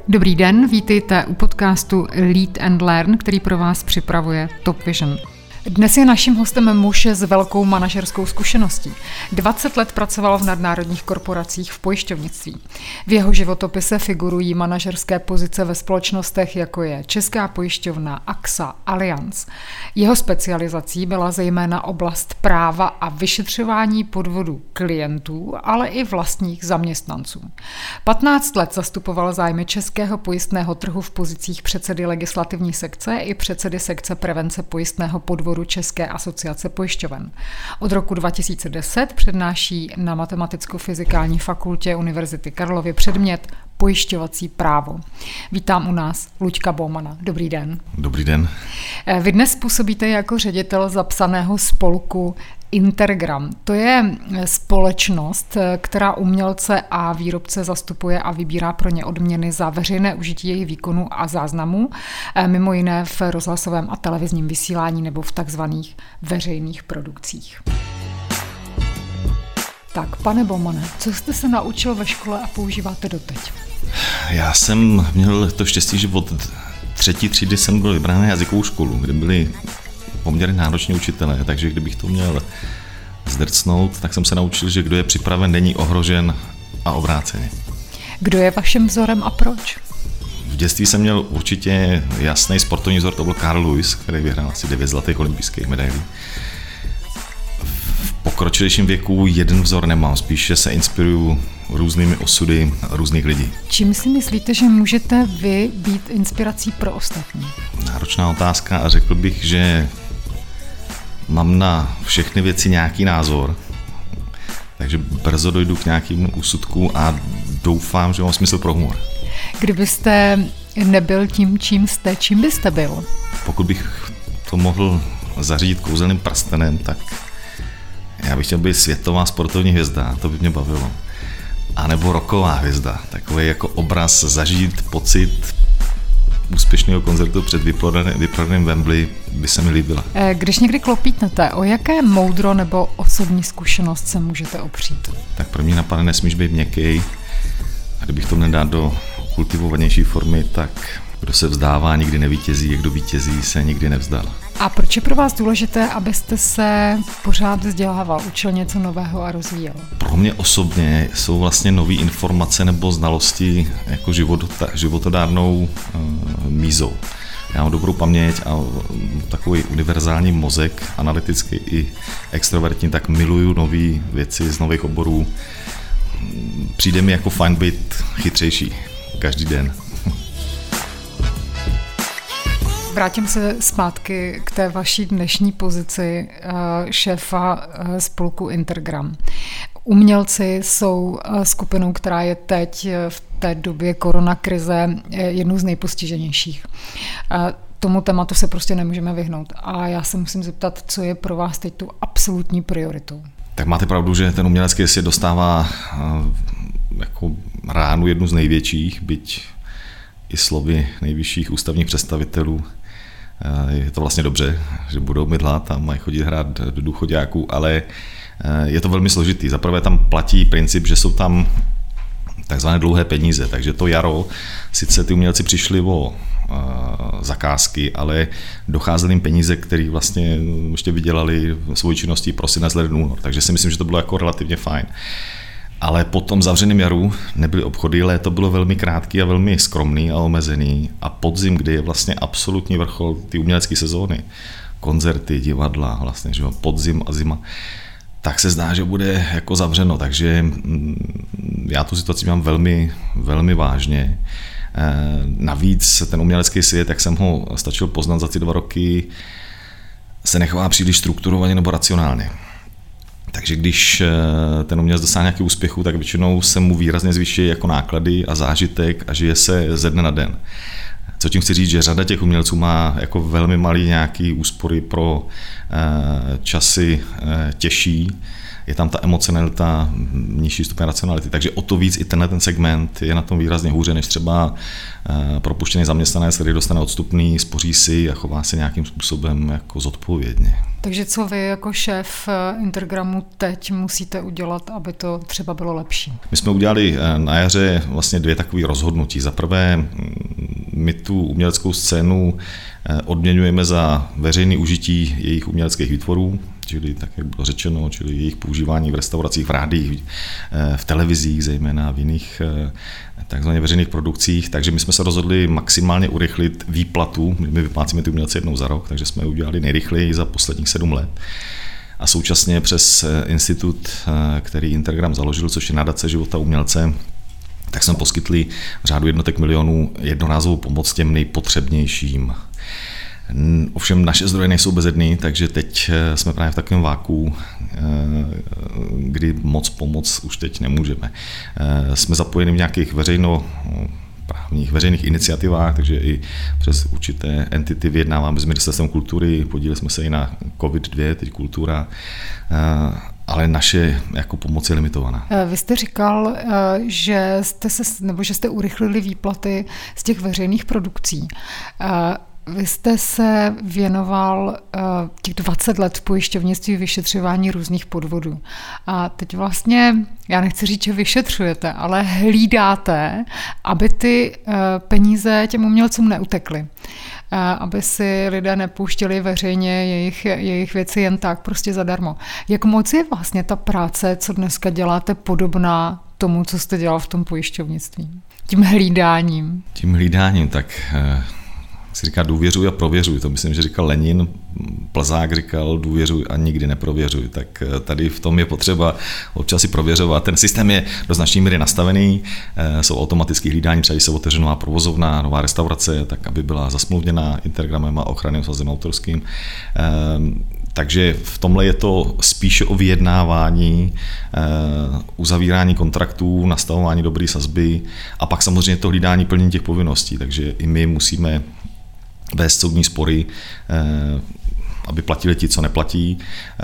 Dobrý den, vítejte u podcastu Lead and Learn, který pro vás připravuje Top Vision. Dnes je naším hostem muž s velkou manažerskou zkušeností. 20 let pracoval v nadnárodních korporacích v pojišťovnictví. V jeho životopise figurují manažerské pozice ve společnostech, jako je Česká pojišťovna, AXA, Allianz. Jeho specializací byla zejména oblast práva a vyšetřování podvodů klientů, ale i vlastních zaměstnanců. 15 let zastupoval zájmy českého pojistného trhu v pozicích předsedy legislativní sekce i předsedy sekce prevence pojistného podvodu České asociace pojišťoven. Od roku 2010 přednáší na Matematicko-fyzikální fakultě Univerzity Karlovy předmět pojišťovací právo. Vítám u nás Luďka Baumana. Dobrý den. Dobrý den. Vy dnes působíte jako ředitel zapsaného spolku Intergram. To je společnost, která umělce a výrobce zastupuje a vybírá pro ně odměny za veřejné užití jejich výkonů a záznamů, mimo jiné v rozhlasovém a televizním vysílání nebo v takzvaných veřejných produkcích. Tak, pane Baumane, co jste se naučil ve škole a používáte doteď? Já jsem měl to štěstí, že od 3. třídy jsem byl vybrán na jazykovou školu, kde byli poměrně nároční učitelé, takže kdybych to měl zdrcnout, tak jsem se naučil, že kdo je připraven, není ohrožen a obráceně. Kdo je vaším vzorem a proč? V dětství jsem měl určitě jasný sportovní vzor, to byl Carl Lewis, který vyhrál asi 9 zlatých olympijských medailí. V pokročilejším věku jeden vzor nemám, spíše se inspiruju různými osudy různých lidí. Čím si myslíte, že můžete vy být inspirací pro ostatní? Náročná otázka a řekl bych, že mám na všechny věci nějaký názor, takže brzo dojdu k nějakému úsudku a doufám, že mám smysl pro humor. Kdybyste nebyl tím, čím jste, čím byste byl? Pokud bych to mohl zařídit kouzelným prstenem, tak já bych chtěl být světová sportovní hvězda, to by mě bavilo. A nebo rocková hvězda, takový jako obraz, zažít pocit úspěšného koncertu před vyprodaným Wembley by se mi líbila. Když někdy klopítnete, o jaké moudro nebo osobní zkušenost se můžete opřít? Tak pro mě napadne, nesmíš být měkkej. A kdybych to nedal do kultivovanější formy, tak kdo se vzdává, nikdy nevítězí, a kdo vítězí, se nikdy nevzdal. A proč je pro vás důležité, abyste se pořád vzdělával, učil něco nového a rozvíjel? Pro mě osobně jsou vlastně nové informace nebo znalosti jako životodárnou mízou. Já mám dobrou paměť a takový univerzální mozek, analytický i extrovertní, tak miluju nové věci z nových oborů. Přijde mi jako fajn být chytřejší každý den. Vrátím se zpátky k té vaší dnešní pozici šéfa spolku Intergram. Umělci jsou skupinou, která je teď v té době koronakrize jednou z nejpostiženějších. Tomu tématu se prostě nemůžeme vyhnout. A já se musím zeptat, co je pro vás teď tu absolutní prioritou? Tak máte pravdu, že ten umělecký svět dostává jako ránu jednu z největších, byť i slovy nejvyšších ústavních představitelů. Je to vlastně dobře, že budou mydlat a mají chodit hrát do důchoďáků, ale je to velmi složitý. Zaprvé tam platí princip, že jsou tam takzvané dlouhé peníze, takže to jaro, sice ty umělci přišli o zakázky, ale docházely jim peníze, které vlastně ještě vydělali svojí činností prosinec, leden, únor, takže si myslím, že to bylo jako relativně fajn. Ale po tom zavřeném jaru nebyly obchody, léto bylo velmi krátký a velmi skromný a omezený a podzim, kdy je vlastně absolutní vrchol ty umělecké sezóny, koncerty, divadla, vlastně, že podzim a zima, tak se zdá, že bude jako zavřeno, takže já tu situaci mám velmi, velmi vážně. Navíc ten umělecký svět, jak jsem ho stačil poznat za ty 2 roky, se nechová příliš strukturovaně nebo racionálně. Takže když ten umělec dosáhne nějaký úspěchu, tak většinou se mu výrazně zvýší jako náklady a zážitek a žije se ze dne na den. Co tím chci říct, že řada těch umělců má jako velmi malý nějaký úspory pro časy těžší, je tam ta emocionalita, nižší stupeň racionality. Takže o to víc i ten segment je na tom výrazně hůře, než třeba propuštěný zaměstnanec, který dostane odstupný, spoří si a chová se nějakým způsobem jako zodpovědně. Takže co vy jako šéf Intergramu teď musíte udělat, aby to třeba bylo lepší? My jsme udělali na jaře vlastně 2 takové rozhodnutí. Za prvé, my tu uměleckou scénu odměňujeme za veřejné užití jejich uměleckých výtvorů, čili tak, jak bylo řečeno, čili jejich používání v restauracích, v rádiích, v televizích, zejména v jiných takzvaně veřejných produkcích. Takže my jsme se rozhodli maximálně urychlit výplatu. My vyplácíme ty umělce jednou za rok, takže jsme ji udělali nejrychleji za posledních 7 let. A současně přes institut, který Intergram založil, což je nadace života umělce, tak jsme poskytli v řádu jednotek milionů jednorázovou pomoc těm nejpotřebnějším. Ovšem naše zdroje nejsou bezedný, takže teď jsme právě v takovém váku, kdy moc pomoct už teď nemůžeme. Jsme zapojeni v nějakých veřejných iniciativách, takže i přes určité entity vyjednáváme s Ministerstvem kultury, podíleli jsme se i na COVID-2, teď kultura, ale naše jako pomoc je limitovaná. Vy jste říkal, že jste urychlili výplaty z těch veřejných produkcí. Vy jste se věnoval těch 20 let v pojišťovnictví vyšetřování různých podvodů. A teď vlastně, já nechci říct, že vyšetřujete, ale hlídáte, aby ty peníze těm umělcům neutekly. Aby si lidé nepouštěli veřejně jejich věci jen tak, prostě zadarmo. Jak moc je vlastně ta práce, co dneska děláte, podobná tomu, co jste dělal v tom pojišťovnictví? Tím hlídáním, tak si říká důvěřuj a prověřuj. To myslím, že říkal Lenin, Plzák říkal důvěřuj a nikdy neprověřuj. Tak tady v tom je potřeba občas si prověřovat. Ten systém je do značné míry nastavený, jsou automatické hlídání, třeba když se otevře nová provozovna, nová restaurace, tak aby byla zasmluvněná Intergramem a ochranným svazem autorským. Takže v tomhle je to spíše o vyjednávání, uzavírání kontraktů, nastavování dobré sazby a pak samozřejmě to hlídání plnění těch povinností. Takže i my musíme vést soudní spory, aby platili ti, co neplatí.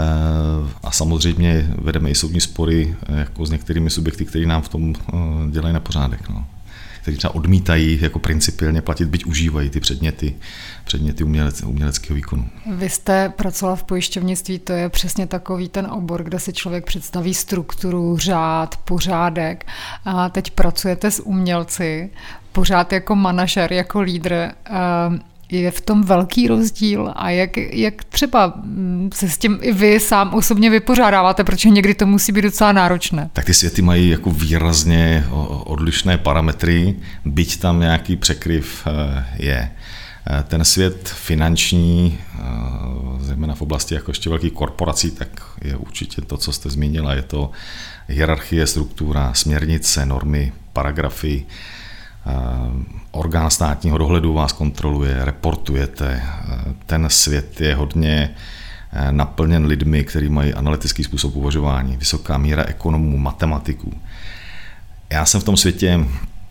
A samozřejmě vedeme i soudní spory jako s některými subjekty, kteří nám v tom dělají nepořádek. No. Kteří třeba odmítají jako principiálně platit, byť užívají ty předměty uměleckého výkonu. Vy jste pracoval v pojišťovnictví, to je přesně takový ten obor, kde si člověk představí strukturu, řád, pořádek. A teď pracujete s umělci, pořád jako manažer, jako lídr. Je v tom velký rozdíl a jak třeba se s tím i vy sám osobně vypořádáváte, protože někdy to musí být docela náročné? Tak ty světy mají jako výrazně odlišné parametry, byť tam nějaký překryv je. Ten svět finanční, zejména v oblasti jako ještě velkých korporací, tak je určitě to, co jste zmínila, je to hierarchie, struktura, směrnice, normy, paragrafy, orgán státního dohledu vás kontroluje, reportujete. Ten svět je hodně naplněn lidmi, kteří mají analytický způsob uvažování, vysoká míra ekonomů, matematiků. Já jsem v tom světě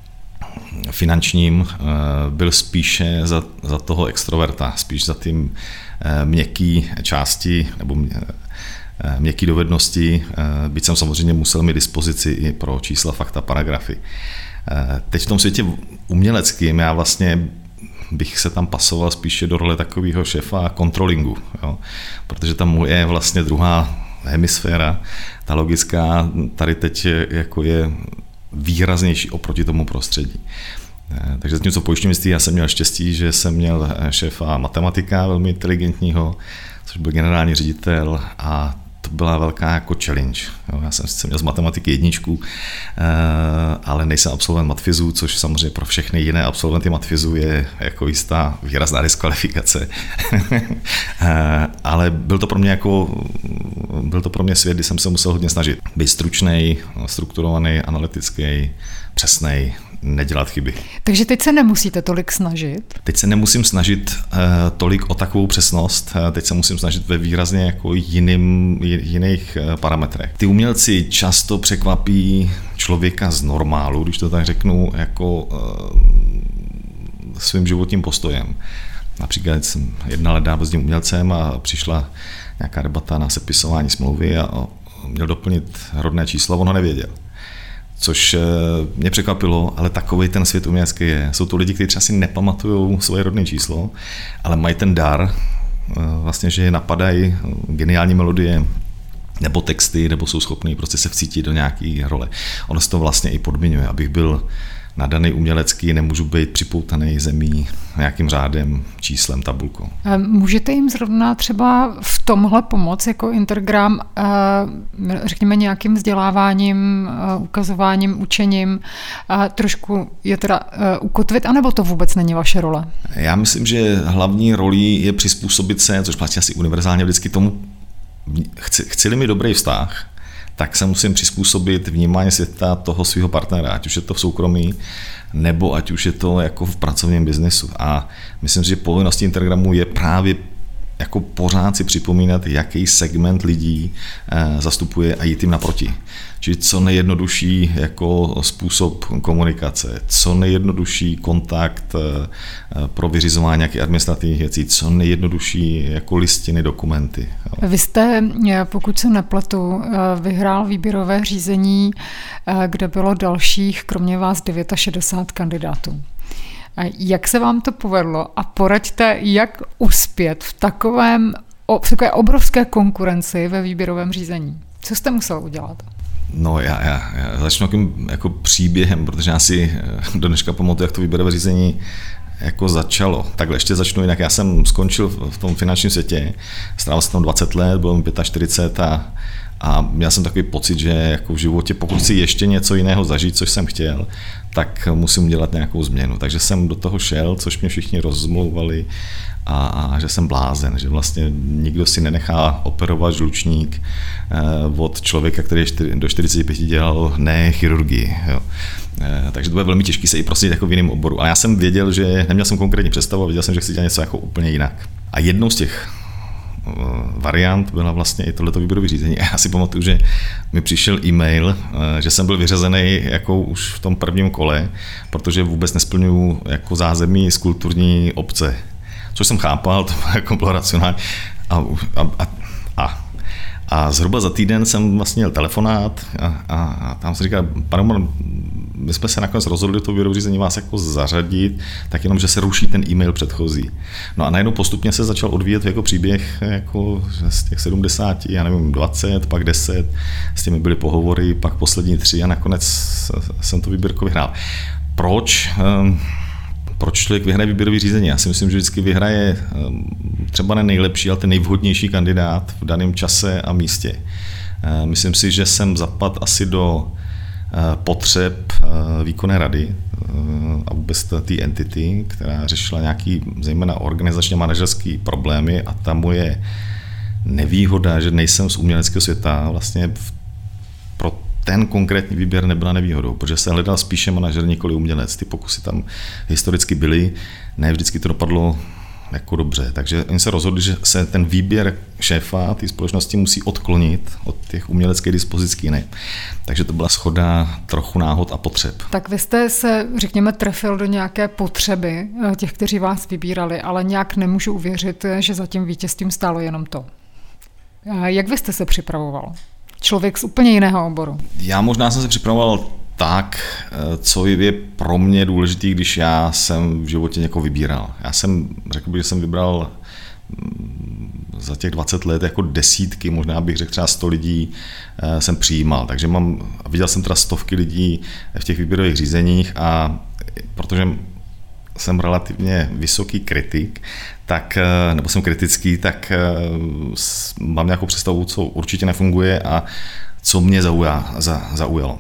finančním byl spíše za toho extroverta, spíš za tím měkký části nebo měkký dovednosti, byť jsem samozřejmě musel mít dispozici i pro čísla, fakta, paragrafy. Teď v tom světě uměleckým já vlastně bych se tam pasoval spíše do role takového šéfa kontrolingu, jo? Protože tam je vlastně druhá hemisféra, ta logická, tady teď jako je výraznější oproti tomu prostředí. Takže zatímco v pojišťovnictví já jsem měl štěstí, že jsem měl šéfa matematika velmi inteligentního, což byl generální ředitel a to byla velká jako challenge. Jo, já jsem sice měl z matematiky 1, ale nejsem absolvent matfizu, což samozřejmě pro všechny jiné absolventy matfizu je jako jistá výrazná diskvalifikace. Ale byl to pro mě svět, kdy jsem se musel hodně snažit. Být stručnej, strukturovaný, analytický, přesnej, nedělat chyby. Takže teď se nemusíte tolik snažit? Teď se nemusím snažit tolik o takovou přesnost, teď se musím snažit ve výrazně jako jiných parametrech. Ty umělci často překvapí člověka z normálu, když to tak řeknu, jako svým životním postojem. Například jsem jednal nedávno s tím umělcem a přišla nějaká debata na sepisování smlouvy a měl doplnit rodné číslo, on ho nevěděl. Což mě překvapilo, ale takový ten svět umělecký je. Jsou to lidi, kteří třeba si nepamatují svoje rodné číslo, ale mají ten dar, vlastně, že je napadají geniální melodie nebo texty, nebo jsou schopní prostě se vcítit do nějaké role. Ono se to vlastně i podmiňuje. Abych byl nadaný umělecký, nemůžu být připoutaný zemí nějakým řádem, číslem, tabulkou. Můžete jim zrovna třeba v tomhle pomoct jako Intergram, řekněme nějakým vzděláváním, ukazováním, učením, trošku je teda ukotvit, anebo to vůbec není vaše role? Já myslím, že hlavní rolí je přizpůsobit se, což platí asi univerzálně vždycky tomu, chci-li mi dobrý vztah, tak se musím přizpůsobit vnímání světa toho svého partnera, ať už je to v soukromí, nebo ať už je to jako v pracovním biznesu. A myslím, že povinností Intergramu je právě jako pořád si připomínat, jaký segment lidí zastupuje a jít jim naproti. Čili co nejjednodušší jako způsob komunikace, co nejjednodušší kontakt pro vyřizování nějakých administrativních věcí, co nejjednodušší jako listiny, dokumenty. Jo. Vy jste, pokud se nepletu, vyhrál výběrové řízení, kde bylo dalších, kromě vás, 69 kandidátů. Jak se vám to povedlo a poraďte, jak uspět v takové obrovské konkurenci ve výběrovém řízení? Co jste musel udělat? No já začnu takovým jako příběhem, protože já si do dneška pamatuju, jak to výběrové řízení jako začalo. Takhle ještě začnu jinak. Já jsem skončil v tom finančním světě, strávil jsem tam 20 let, bylo mi 45 a měl jsem takový pocit, že jako v životě, pokud chci ještě něco jiného zažít, což jsem chtěl, tak musím udělat nějakou změnu. Takže jsem do toho šel, což mě všichni rozmlouvali a že jsem blázen, že vlastně nikdo si nenechá operovat žlučník od člověka, který do 45 dělal ne chirurgii. Jo. Takže to bylo velmi těžké se i prosit jako v jiném oboru. Ale já jsem věděl, že neměl jsem konkrétní představu a věděl jsem, že chci dělat něco jako úplně jinak. A jednou z těch variant byla vlastně i tohleto výběrové řízení. Já si pamatuju, že mi přišel e-mail, že jsem byl vyřazený jako už v tom prvním kole, protože vůbec nesplňuju jako zázemí z kulturní obce. Což jsem chápal, to bylo racionální. A zhruba za týden jsem vlastně měl telefonát a tam se říká, pane Roman, my jsme se nakonec rozhodli to výběrové řízení vás jako zařadit, tak jenom, že se ruší ten e-mail předchozí. No a najednou postupně se začal odvíjet jako příběh jako z těch 70, já nevím, 20, pak 10, s těmi byly pohovory, pak poslední 3 a nakonec jsem to výběrko vyhrál. Proč člověk vyhraje výběrové řízení? Já si myslím, že vždycky vyhraje třeba ne nejlepší, ale ten nejvhodnější kandidát v daném čase a místě. Myslím si, že jsem zapadl asi do potřeb výkonné rady a vůbec té entity, která řešila nějaký zejména organizačně manažerský problémy a ta moje nevýhoda, že nejsem z uměleckého světa, vlastně pro ten konkrétní výběr nebyla nevýhodou, protože se hledal spíše manažer, nikoli umělec. Ty pokusy tam historicky byly, ne vždycky to dopadlo jako dobře. Takže oni se rozhodli, že se ten výběr šéfa té společnosti musí odklonit od těch uměleckých dispozicí. Ne. Takže to byla shoda trochu náhod a potřeb. Tak vy jste se, řekněme, trefil do nějaké potřeby těch, kteří vás vybírali, ale nějak nemůžu uvěřit, že za tím vítězstvím stálo jenom to. Jak vy jste se připravoval? Člověk z úplně jiného oboru. Já možná jsem se připravoval tak, co je pro mě důležitý, když já jsem v životě někoho vybíral. Já jsem řekl, že jsem vybral za těch 20 let jako desítky, možná bych řekl třeba 100 lidí jsem přijímal. Takže viděl jsem teda stovky lidí v těch výběrových řízeních a protože jsem relativně vysoký kritik, nebo jsem kritický, tak mám nějakou představu, co určitě nefunguje a co mě zaujalo.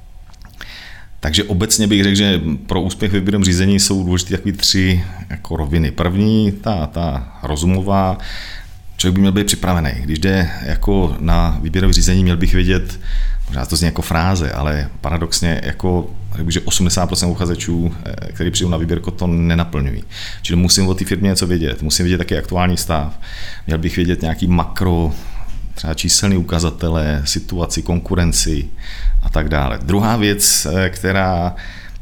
Takže obecně bych řekl, že pro úspěch v výběrovém řízení jsou důležité takové 3 jako roviny. První, ta rozumová, člověk by měl být připravený. Když jde jako na výběrové řízení, měl bych vědět, možná to zní jako fráze, ale paradoxně jako, že 80% uchazečů, kteří přijdou na výběrko, to nenaplňují. Čili musím o té firmě něco vědět, musím vědět taky aktuální stav, měl bych vědět nějaký makro, třeba číselný ukazatele, situaci, konkurenci a tak dále. Druhá věc, která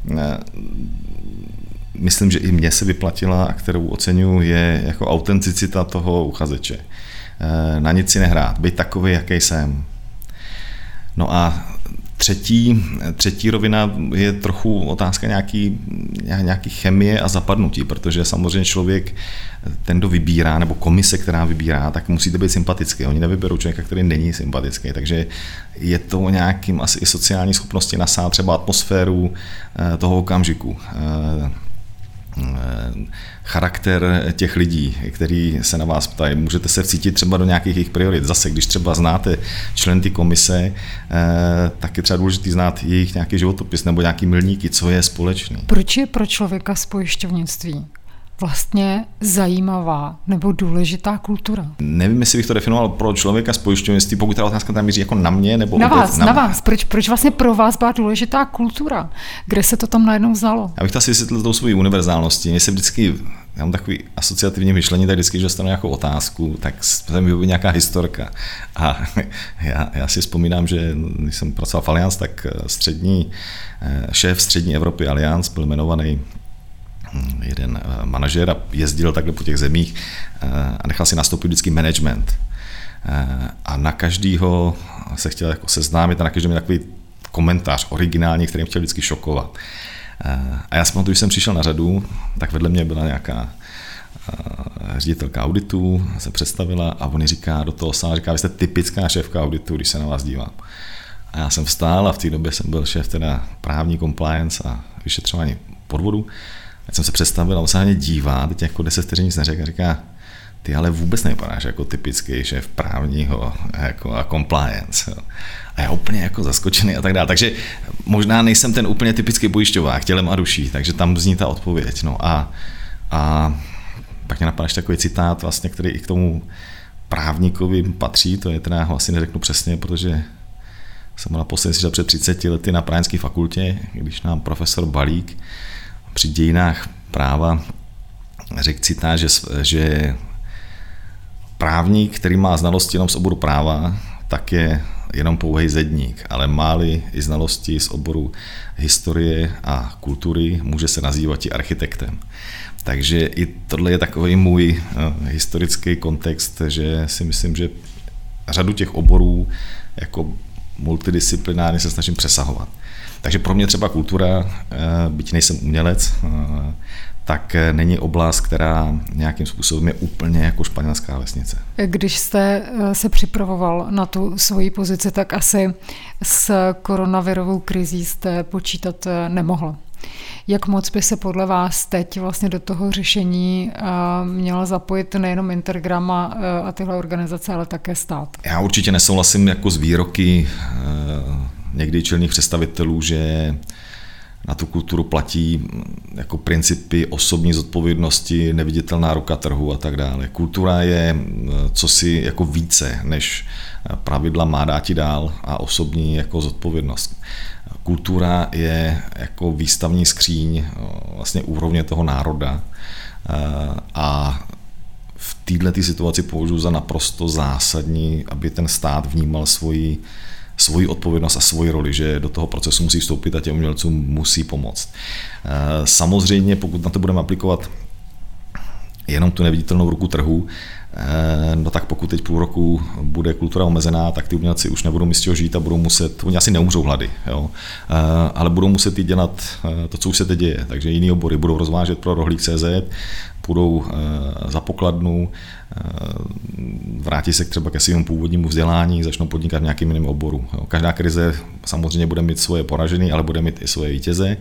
myslím, že i mně se vyplatila a kterou oceňuji, je jako autenticita toho uchazeče. Na nic si nehrát, být takový, jaký jsem. No a třetí rovina je trochu otázka nějaký chemie a zapadnutí, protože samozřejmě člověk, ten, kdo vybírá, nebo komise, která vybírá, tak musíte být sympatický. Oni nevyberou člověka, který není sympatický, takže je to o nějakým asi i sociální schopnosti nasát třeba atmosféru toho okamžiku. Charakter těch lidí, kteří se na vás ptají. Můžete se vcítit třeba do nějakých jejich priorit. Zase, když třeba znáte člen ty komise, tak je třeba důležitý znát jejich nějaký životopis nebo nějaký milníky, co je společný. Proč je pro člověka z pojišťovnictví vlastně zajímavá nebo důležitá kultura? Nevím, jestli bych to definoval pro člověka z pojišťovnictví, pokud ta otázka tam míří jako na mě, nebo na vás. Proč vlastně pro vás byla důležitá kultura? Kde se to tam najednou vzalo? Já bych to asi vysvětlil tou svojí univerzálností. Mně se vždycky, já mám takový asociativní myšlení, tak vždycky, když dostanu nějakou otázku, tak se mi vybaví nějaká historka. A já si vzpomínám, že když jsem pracoval v Allianz, tak šéf střední Evropy Allianz byl jmenovaný jeden manažer a jezdil takhle po těch zemích a nechal si nastoupit vždycky management. A na každýho se chtěl jako seznámit a na každého měl takový komentář originální, který mě chtěl vždycky šokovat. A já si pamatuju, když jsem přišel na řadu, tak vedle mě byla nějaká ředitelka auditu, se představila a on říká do toho sála, říká, vy jste typická šéfka auditu, když se na vás dívám. A já jsem vstál a v té době jsem byl šéf teda právní compliance a vyšetřování podvodu. Teď jsem se představil a on se na mě dívá, teď jako 10 vteřin nic neřekl a říká, ty ale vůbec nevypadáš jako typický šéf právního jako a compliance. A já úplně jako zaskočený a tak dále. Takže možná nejsem ten úplně typický pojišťovák tělem a duší, takže tam zní ta odpověď. No a pak mě napadá takový citát, vlastně, který i k tomu právníkovi patří, to je teda, já ho asi neřeknu přesně, protože jsem naposledy slyšel před 30 lety na právnické fakultě, když nám profesor Balík při dějinách práva řekl citát, že právník, který má znalosti jenom z oboru práva, tak je jenom pouhej zedník, ale má-li i znalosti z oboru historie a kultury, může se nazývat i architektem. Takže i tohle je takový můj historický kontext, že si myslím, že řadu těch oborů jako multidisciplinárně se snažím přesahovat. Takže pro mě třeba kultura, byť nejsem umělec, tak není oblast, která nějakým způsobem je úplně jako španělská vesnice. Když jste se připravoval na tu svoji pozici, tak asi s koronavirovou krizí jste počítat nemohl. Jak moc by se podle vás teď vlastně do toho řešení měla zapojit nejenom Intergram a tyhle organizace, ale také stát? Já určitě nesouhlasím jako s výroky někdy čelných představitelů, že na tu kulturu platí jako principy osobní zodpovědnosti, neviditelná ruka trhu a tak dále. Kultura je cosi jako více, než pravidla má dáti dál a osobní jako zodpovědnost. Kultura je jako výstavní skříň vlastně úrovně toho národa a v této situaci považuji za naprosto zásadní, aby ten stát vnímal svoji odpovědnost a svoji roli, že do toho procesu musí vstoupit a těm umělcům musí pomoct. Samozřejmě, pokud na to budeme aplikovat jenom tu neviditelnou ruku trhu, no tak pokud teď půl roku bude kultura omezená, tak ty umělci už nebudou mít z čeho žít a budou muset, oni asi neumřou hlady, jo? Ale budou muset i dělat to, co už se teď děje. Takže jiný obory budou rozvážet pro rohlík.cz, půjdou za pokladnu, vrátí se třeba ke svému původnímu vzdělání, začnou podnikat v nějakým jiném oboru. Jo? Každá krize samozřejmě bude mít svoje poražené, ale bude mít i svoje vítěze.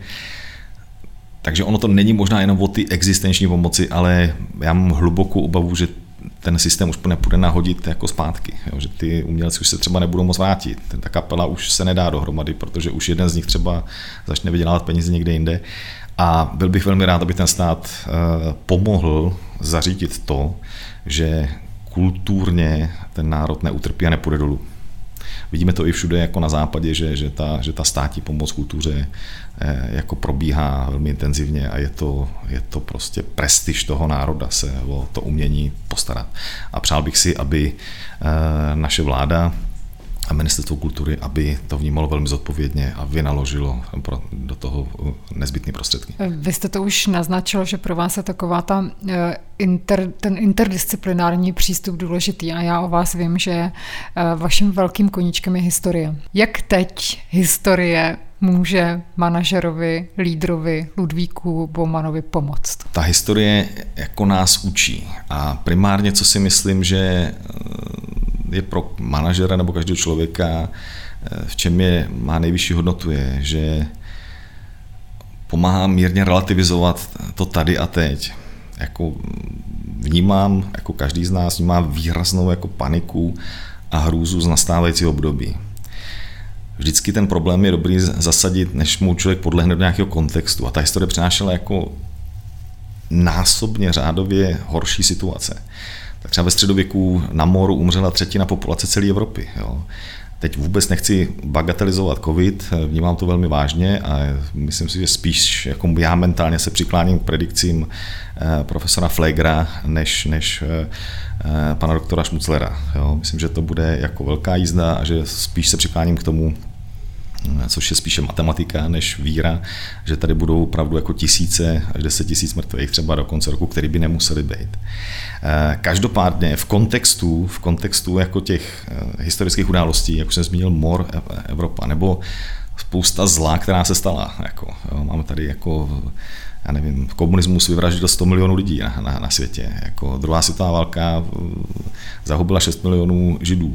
Takže ono to není možná jenom o ty existenční pomoci, ale já mám hlubokou obavu, že ten systém už nepůjde nahodit jako zpátky, jo? Že ty umělci už se třeba nebudou moc vrátit. Ta kapela už se nedá dohromady, protože už jeden z nich třeba začne vydělávat peníze někde jinde. A byl bych velmi rád, aby ten stát pomohl zařídit to, že kulturně ten národ neutrpí a nepůjde dolů. Vidíme to i všude jako na západě, že ta státní pomoc kultuře jako probíhá velmi intenzivně a je to prostě prestiž toho národa se o to umění postarat. A přál bych si, aby naše vláda a ministerstvo kultury, aby to vnímalo velmi zodpovědně a vynaložilo do toho nezbytné prostředky. Vy jste to už naznačil, že pro vás je taková ten interdisciplinární přístup důležitý a já o vás vím, že vaším velkým koníčkem je historie. Jak teď historie může manažerovi, lídrovi Ludvíku Baumanovi pomoct? Ta historie jako nás učí a primárně, co si myslím, že je pro manažera nebo každého člověka, v čem má nejvyšší hodnotu, je, že pomáhá mírně relativizovat to tady a teď. Jako vnímám, jako každý z nás vnímá výraznou jako paniku a hrůzu z nastávajícího období. Vždycky ten problém je dobrý zasadit, než mu člověk podlehne do nějakého kontextu. A ta historie přinášela jako násobně řádově horší situace. Tak třeba ve středověku na moru umřela 1/3 populace celé Evropy. Jo. Teď vůbec nechci bagatelizovat covid, vnímám to velmi vážně a myslím si, že spíš jako já mentálně se přikláním k predikcím profesora Flegra než pana doktora Šmuclera. Jo. Myslím, že to bude jako velká jízda a že spíš se přikláním k tomu, což je spíše matematika než víra, že tady budou opravdu jako 1000 až 10 000 mrtvých třeba do konce roku, který by nemuseli být. Každopádně v kontextu jako těch historických událostí, jako jsem zmínil mor Evropa, nebo spousta zla, která se stala. Jako, jo, máme tady jako, já nevím, komunismus vyvraždil 100 milionů lidí na světě. Jako druhá světová válka zahubila 6 milionů Židů.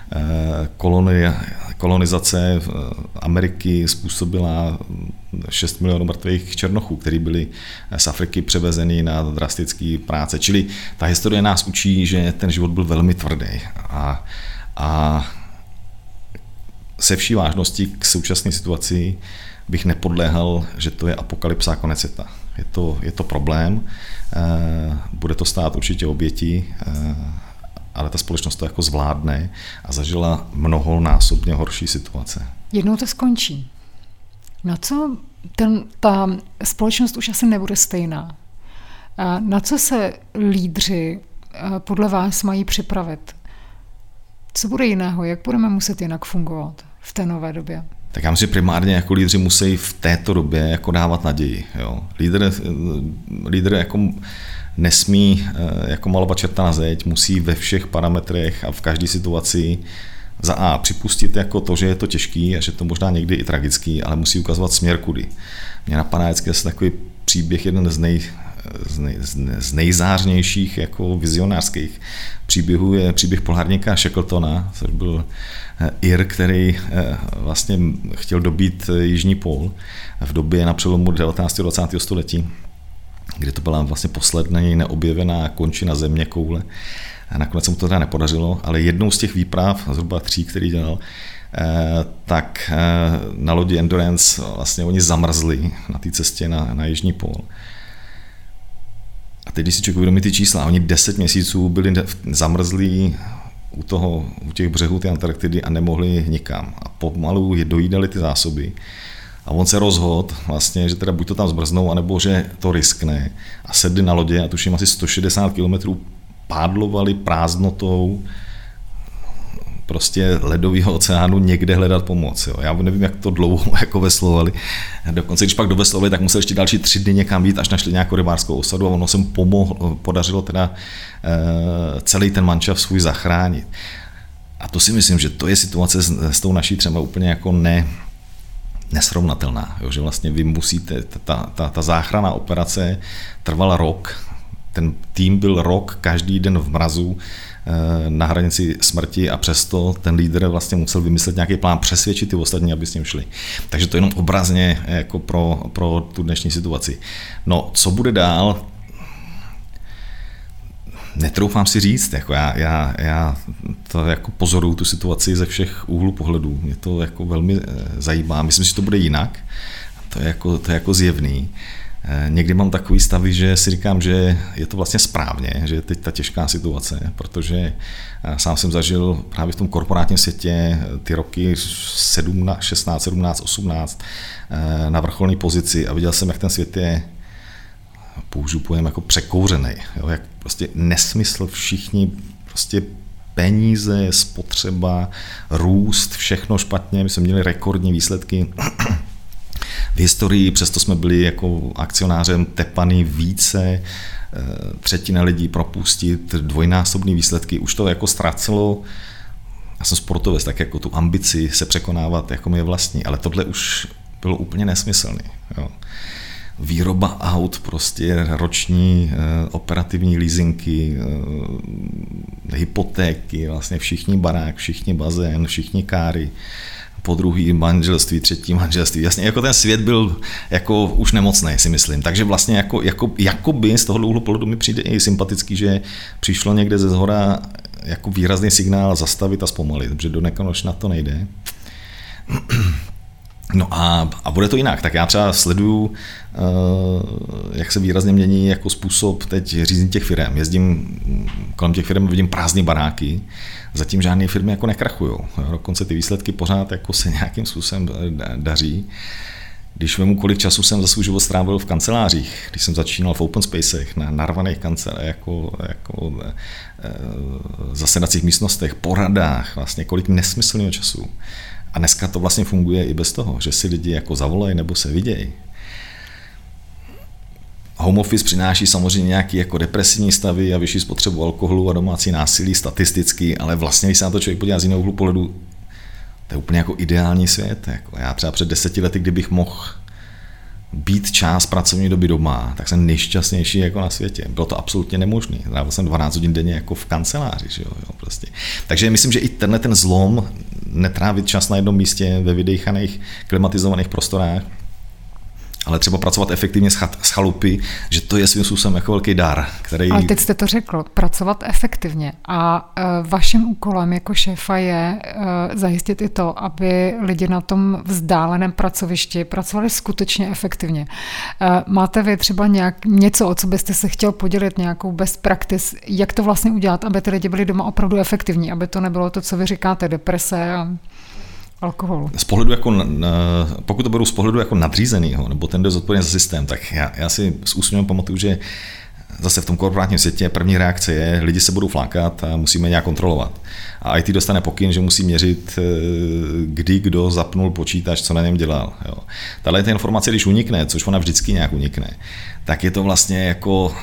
Kolonizace Ameriky způsobila 6 milionů mrtvých černochů, kteří byli z Afriky převezeni na drastické práce. Čili ta historie nás učí, že ten život byl velmi tvrdý. A se vší vážností k současné situaci bych nepodléhal, že to je apokalypsa a konec světa. Je to problém, bude to stát určitě oběti, ale ta společnost to jako zvládne a zažila mnohonásobně horší situace. Jednou to skončí. Na co ta společnost už asi nebude stejná? Na co se lídři podle vás mají připravit? Co bude jiného? Jak budeme muset jinak fungovat v té nové době? Tak já myslím, že primárně jako lídři musí v této době jako dávat naději. Jo. Lídr jako nesmí jako malovat čerta na zeď, musí ve všech parametrech a v každé situaci za A připustit jako to, že je to těžký a že to možná někdy i tragický, ale musí ukazovat směr kudy. Mě napadá vždycky takový příběh, jeden z nejzářnějších jako vizionářských příběhů je příběh polárníka Shackletona, což byl Ir, který vlastně chtěl dobít jižní pól v době na přelomu 19. a 20. století, kdy to byla vlastně poslední neobjevená končina země koule. A nakonec se mu to teda nepodařilo, ale jednou z těch výprav, zhruba 3, který dělal, tak na lodi Endurance vlastně oni zamrzli na té cestě na jižní pól. A teď, když si člověk uvědomí ty čísla, oni 10 měsíců byli zamrzlí u těch břehů té Antarktidy a nemohli nikam. A pomalu dojídali ty zásoby. A on se rozhodl vlastně, že teda buď to tam zmrznou, anebo že to riskne. A sedli na lodě a tuším asi 160 kilometrů pádlovali prázdnotou prostě ledového oceánu někde hledat pomoc. Jo. Já nevím, jak to dlouho jako veslovali. Dokonce, když pak doveslovali, tak museli ještě další 3 dny někam jít, až našli nějakou rybářskou osadu a ono se mu podařilo teda celý ten manšaft svůj zachránit. A to si myslím, že to je situace s tou naší třeba úplně jako nesrovnatelná. Jo, že vlastně vy musíte, ta záchranná operace trvala rok, ten tým byl rok každý den v mrazu na hranici smrti a přesto ten lídr vlastně musel vymyslet nějaký plán, přesvědčit ty ostatní, aby s ním šli. Takže to jenom obrazně jako pro tu dnešní situaci. No, co bude dál? Netroufám si říct, jako já to jako pozoruju tu situaci ze všech úhlů pohledů. Mě to jako velmi zajímá. Myslím, že to bude jinak. To je jako zjevný. Někdy mám takový stavy, že si říkám, že je to vlastně správně, že je teď ta těžká situace, protože sám jsem zažil právě v tom korporátním světě ty roky 16, 17, 18 na vrcholné pozici a viděl jsem, jak ten svět je, použiju pojem, jako překouřený, jo, jak prostě nesmysl, všichni prostě peníze, spotřeba, růst, všechno špatně. My jsme měli rekordní výsledky v historii, přesto jsme byli jako akcionářem tepaný více, třetina lidí propustit, dvojnásobný výsledky, už to jako ztrácelo. Já jsem sportovec, tak jako tu ambici se překonávat jako mi je vlastní, ale tohle už bylo úplně nesmyslný. Jo. Výroba aut, prostě roční operativní leasingy, hypotéky, vlastně všichni barák, všichni bazén, všichni káry, po druhý manželství, třetí manželství. Jasně, jako ten svět byl jako už nemocný, si myslím. Takže vlastně jakoby z tohohle úhlu pohledu mi přijde i sympatický, že přišlo někde ze zhora jako výrazný signál zastavit a zpomalit, protože do nekonečna to nejde. No a bude to jinak. Tak já třeba sleduju, jak se výrazně mění jako způsob teď řízení těch firem. Jezdím kolem těch firm, vidím prázdné baráky, zatím žádné firmy jako nekrachujou. Dokonce ty výsledky pořád jako se nějakým způsobem daří. Když vemu, kolik času jsem za svůj život strávil v kancelářích, když jsem začínal v open spacech, na narvaných kancelářích, jako zasedacích místnostech, poradách, vlastně kolik nesmyslného času. A dneska to vlastně funguje i bez toho, že si lidi jako zavolají nebo se vidějí. Home office přináší samozřejmě nějaké jako depresivní stavy a vyšší spotřebu alkoholu a domácí násilí statisticky, ale vlastně, když se na to člověk podívá z jiného úhlu pohledu, to je úplně jako ideální svět. Jako já třeba před 10 lety, kdybych mohl být část pracovní doby doma, tak jsem nejšťastnější jako na světě. Bylo to absolutně nemožné. Strávil jsem 12 hodin denně jako v kanceláři. Že jo, prostě. Takže myslím, že i ten zlom netrávit čas na jednom místě ve vydejchaných klimatizovaných prostorách, ale třeba pracovat efektivně z chalupy, že to je svým způsobem jako velký dar, který... Ale teď jste to řekl, pracovat efektivně. A vaším úkolem jako šéfa je zajistit i to, aby lidi na tom vzdáleném pracovišti pracovali skutečně efektivně. Máte vy třeba něco, o co byste se chtěl podělit, nějakou best practice, jak to vlastně udělat, aby ty lidi byli doma opravdu efektivní, aby to nebylo to, co vy říkáte, deprese a alkoholu. Z pohledu jako, pokud to beru z pohledu jako nadřízenýho, nebo ten, kdo je zodpovědný za systém, tak já si s úsměvem pamatuju, že zase v tom korporátním světě první reakce je, lidi se budou flákat a musíme nějak kontrolovat. A IT dostane pokyn, že musí měřit, kdy kdo zapnul počítač, co na něm dělal. Jo. Tahle ta informace, když unikne, což ona vždycky nějak unikne, tak je to vlastně jako,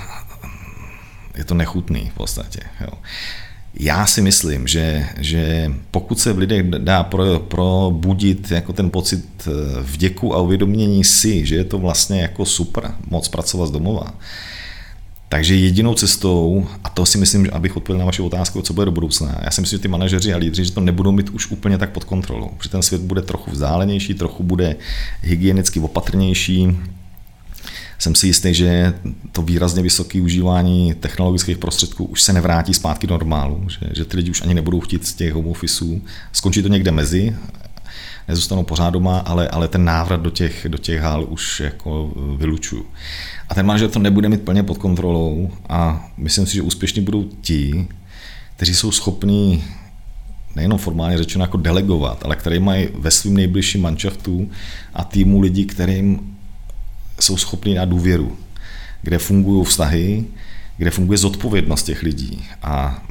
je to nechutný v podstatě. Jo. Já si myslím, že pokud se v lidech dá probudit jako ten pocit vděku a uvědomění si, že je to vlastně jako super moc pracovat z domova, takže jedinou cestou, a to si myslím, že abych odpověděl na vaši otázku, co bude do budoucna, já si myslím, že ty manažeři a lídři, že to nebudou mít už úplně tak pod kontrolou, protože ten svět bude trochu vzdálenější, trochu bude hygienicky opatrnější. Jsem si jistý, že to výrazně vysoké užívání technologických prostředků už se nevrátí zpátky do normálu, že ty lidi už ani nebudou chtít z těch home officeů. Skončí to někde mezi, nezůstanou pořád doma, ale ten návrat do těch hál už jako vylučuju. A ten manažer to nebude mít plně pod kontrolou a myslím si, že úspěšní budou ti, kteří jsou schopní nejenom formálně řečeno jako delegovat, ale kteří mají ve svým nejbližším manšaftu a týmu lidí, kterým jsou schopní dát důvěru, kde fungují vztahy, kde funguje zodpovědnost těch lidí a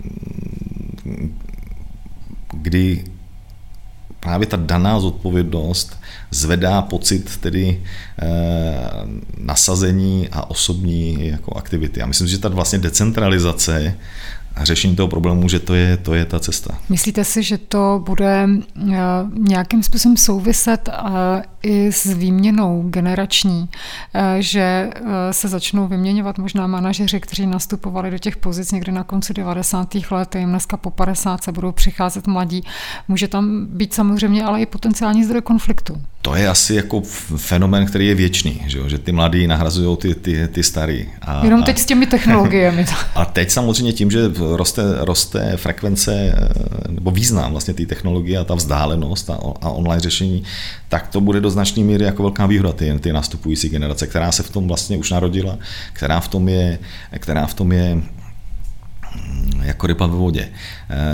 kdy právě ta daná zodpovědnost zvedá pocit tedy nasazení a osobní jako aktivity. A myslím, že ta vlastně decentralizace a řešení toho problému, že to je ta cesta. Myslíte si, že to bude nějakým způsobem souviset i s výměnou generační, že se začnou vyměňovat možná manažeři, kteří nastupovali do těch pozic někdy na konci 90. let, jim dneska po 50 se budou přicházet mladí. Může tam být samozřejmě ale i potenciální zdroj konfliktu. To je asi jako fenomén, který je věčný, že ty mladí nahrazují ty starý. Jenom teď s těmi technologiemi. A teď samozřejmě tím, že roste frekvence nebo význam vlastně té technologie a ta vzdálenost a online řešení, tak to bude do značné míry jako velká výhoda ty nastupující generace, která se v tom vlastně už narodila, která v tom je jako ryba ve vodě.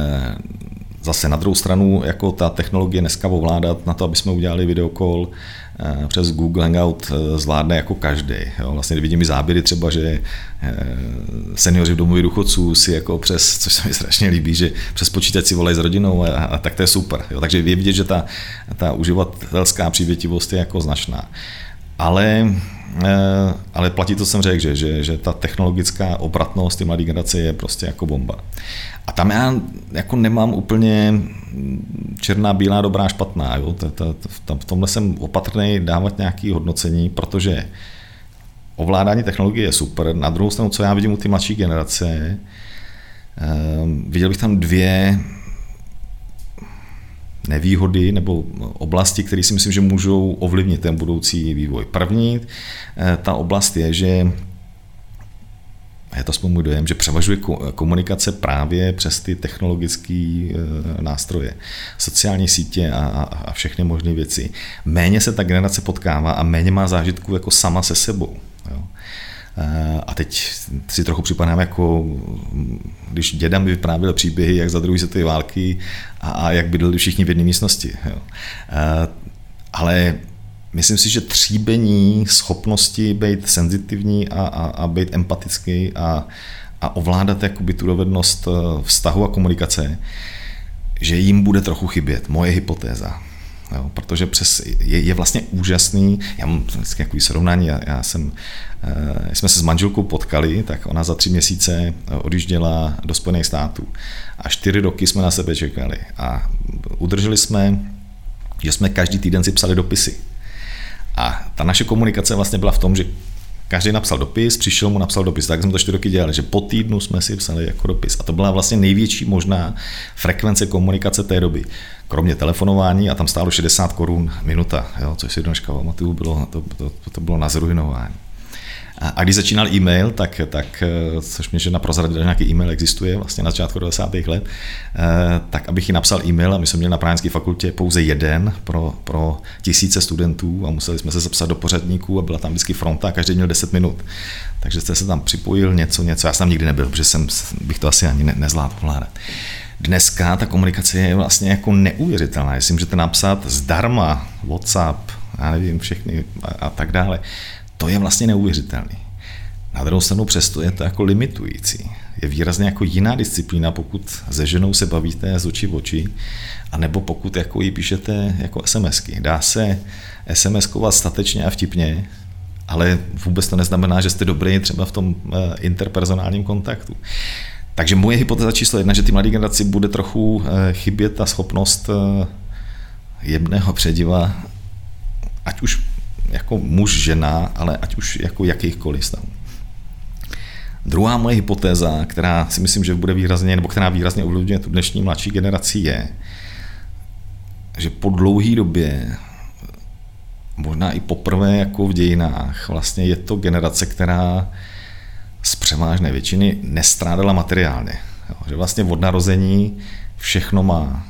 Zase na druhou stranu, jako ta technologie dneska ovládat na to, aby jsme udělali videokol, přes Google Hangout zvládne jako každý. Jo. Vlastně vidím i záběry třeba, že seniori v domově důchodců si jako přes, což se mi strašně líbí, že přes počítač si volají s rodinou a tak to je super. Jo. Takže je vidět, že ta uživatelská přívětivost je jako značná. Ale platí to, jsem řekl, že ta technologická obratnost ty mladé generace je prostě jako bomba. A tam já jako nemám úplně černá, bílá, dobrá, špatná. Jo? V tomhle jsem opatrný dávat nějaké hodnocení, protože ovládání technologie je super. Na druhou stranu, co já vidím u ty mladší generace, viděl bych tam dvě nevýhody nebo oblasti, které si myslím, že můžou ovlivnit ten budoucí vývoj. První, ta oblast je, že je to aspoň můj dojem, že převažuje komunikace právě přes ty technologické nástroje, sociální sítě a všechny možné věci. Méně se ta generace potkává a méně má zážitků jako sama se sebou. Jo. A teď si trochu připadám, jako když děda mi vyprávěl příběhy, jak za druhé světové války a jak bydleli všichni v jedné místnosti. Jo. Ale myslím si, že tříbení schopnosti být senzitivní a být empatický a ovládat jakoby tu dovednost vztahu a komunikace, že jim bude trochu chybět. Moje hypotéza. Jo, protože je vlastně úžasný, já mám vždycky takový srovnání, jsme se s manželkou potkali, tak ona za 3 měsíce odjížděla do Spojených států a 4 roky jsme na sebe čekali a udrželi jsme, že jsme každý týden si psali dopisy. A ta naše komunikace vlastně byla v tom, že každý napsal dopis, přišel mu, napsal dopis, tak jsme to 4 roky dělali, že po týdnu jsme si psali jako dopis. A to byla vlastně největší možná frekvence komunikace té doby. Kromě telefonování a tam stálo 60 korun minuta, jo, což si dneška pamatuju, to bylo na zruinování. A když začínal e-mail, tak což mě žena prozradila, že nějaký e-mail existuje vlastně na začátku 90. let, tak abych jí napsal e-mail a my jsme měli na právnické fakultě pouze jeden pro tisíce studentů a museli jsme se zapsat do pořadníků a byla tam vždycky fronta a každý měl 10 minut. Takže jste se tam připojil něco, já jsem tam nikdy nebyl, protože bych to asi ani nezvládl ovládat. Dneska ta komunikace je vlastně jako neuvěřitelná. Jestli můžete napsat zdarma, WhatsApp, já nevím, všechny a tak dále. To je vlastně neuvěřitelný. Na druhou stranu přesto je to jako limitující. Je výrazně jako jiná disciplína, pokud se ženou se bavíte z očí v oči, anebo pokud jako ji píšete jako SMSky. Dá se SMSkovat statečně a vtipně, ale vůbec to neznamená, že jste dobrý třeba v tom interpersonálním kontaktu. Takže moje hypotéza číslo 1, že ty mladé generaci bude trochu chybět ta schopnost jemného přediva, ať už jako muž, žena, ale ať už jako jakýchkoliv stavů. Druhá moje hypotéza, která si myslím, že bude výrazně, nebo která výrazně ovlivňuje tu dnešní mladší generaci, je, že po dlouhé době, možná i poprvé jako v dějinách, vlastně je to generace, která z převážné většiny nestrádala materiálně. Jo, že vlastně od narození všechno má.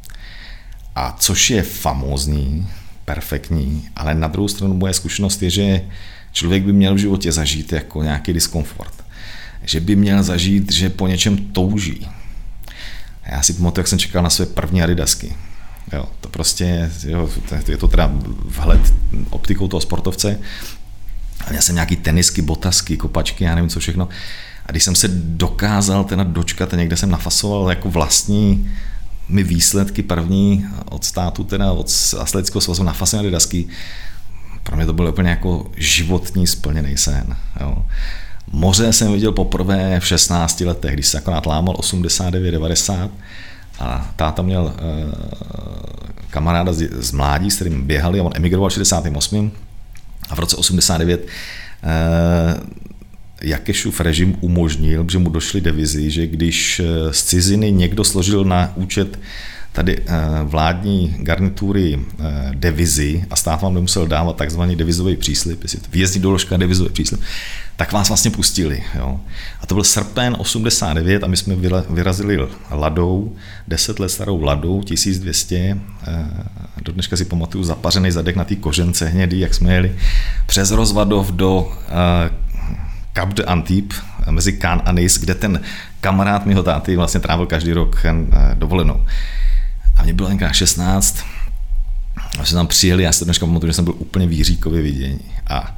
A což je famózní, perfektní, ale na druhou stranu moje zkušenost je, že člověk by měl v životě zažít jako nějaký diskomfort. Že by měl zažít, že po něčem touží. Já si pamatuju, jak jsem čekal na své první adidasky. Jo, to prostě, jo, je to teda vhled optikou toho sportovce. Já jsem nějaký tenisky, botasky, kopačky, já nevím co všechno. A když jsem se dokázal teda dočkat, a někde jsem nafasoval jako vlastní výsledky první od státu, teda od Atletického svazu nafasované dasky, pro mě to byl úplně jako životní splněný sen. Jo. Moře jsem viděl poprvé v 16 letech, když se akorát lámal 89-90 a táta měl kamaráda z mládí, s kterým běhali a on emigroval v 68. A v roce 89 Jakešův režim umožnil, že mu došly devizy, že když z ciziny někdo složil na účet tady vládní garnitury devizy a stát vám nemusel dávat takzvaný devizový příslib, jestli to výjezdní doložka, devizový příslib, tak vás vlastně pustili. Jo. A to byl srpen 89 a my jsme vyrazili Ladou, 10 let starou Ladou, 1200, do dneška si pamatuju zapařený zadek na té kožence hnědý, jak jsme jeli přes Rozvadov do Cap d'Antibes, mezi Cannes a Nice, kde ten kamarád mýho táty vlastně trávil každý rok dovolenou. A mě bylo tenkrát 16 A jsme tam přijeli, já si dneška pamatuju, že jsem byl úplně výříkově vidění. A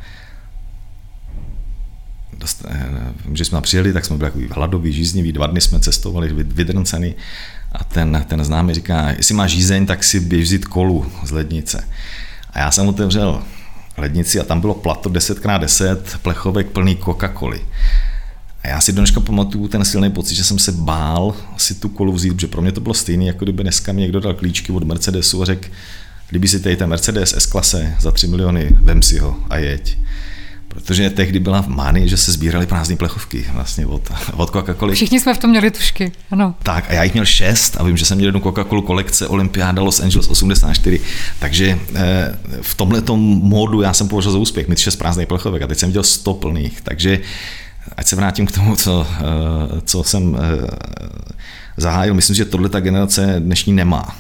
že jsme tam přijeli, tak jsme byli takový hladoví, žíznivý, 2 dny jsme cestovali, vydrnceni. A ten známý říká, jestli máš žízeň, tak si běž vzít kolu z lednice. A já jsem otevřel lednici a tam bylo plato 10x10 plechovek plný Coca-Coly. A já si dneška pamatuju ten silný pocit, že jsem se bál si tu kolu vzít, protože pro mě to bylo stejný, jako kdyby dneska mi někdo dal klíčky od Mercedesu a řekl, kdyby si tady ten Mercedes S-klase za 3 miliony, vem si ho a jeď. Protože tehdy byla v mánii, že se sbíraly prázdné plechovky vlastně od Coca-Coly. Všichni jsme v tom měli tušky, ano. Tak a já jich měl 6 a vím, že jsem měl jednu Coca-Colu kolekce Olympiáda Los Angeles 84, takže v tomhletom módu já jsem považoval za úspěch, mít 6 prázdných plechovek a teď jsem dělal 100 plných, takže ať se vrátím k tomu, co jsem zahájil, myslím, že tohle ta generace dnešní nemá.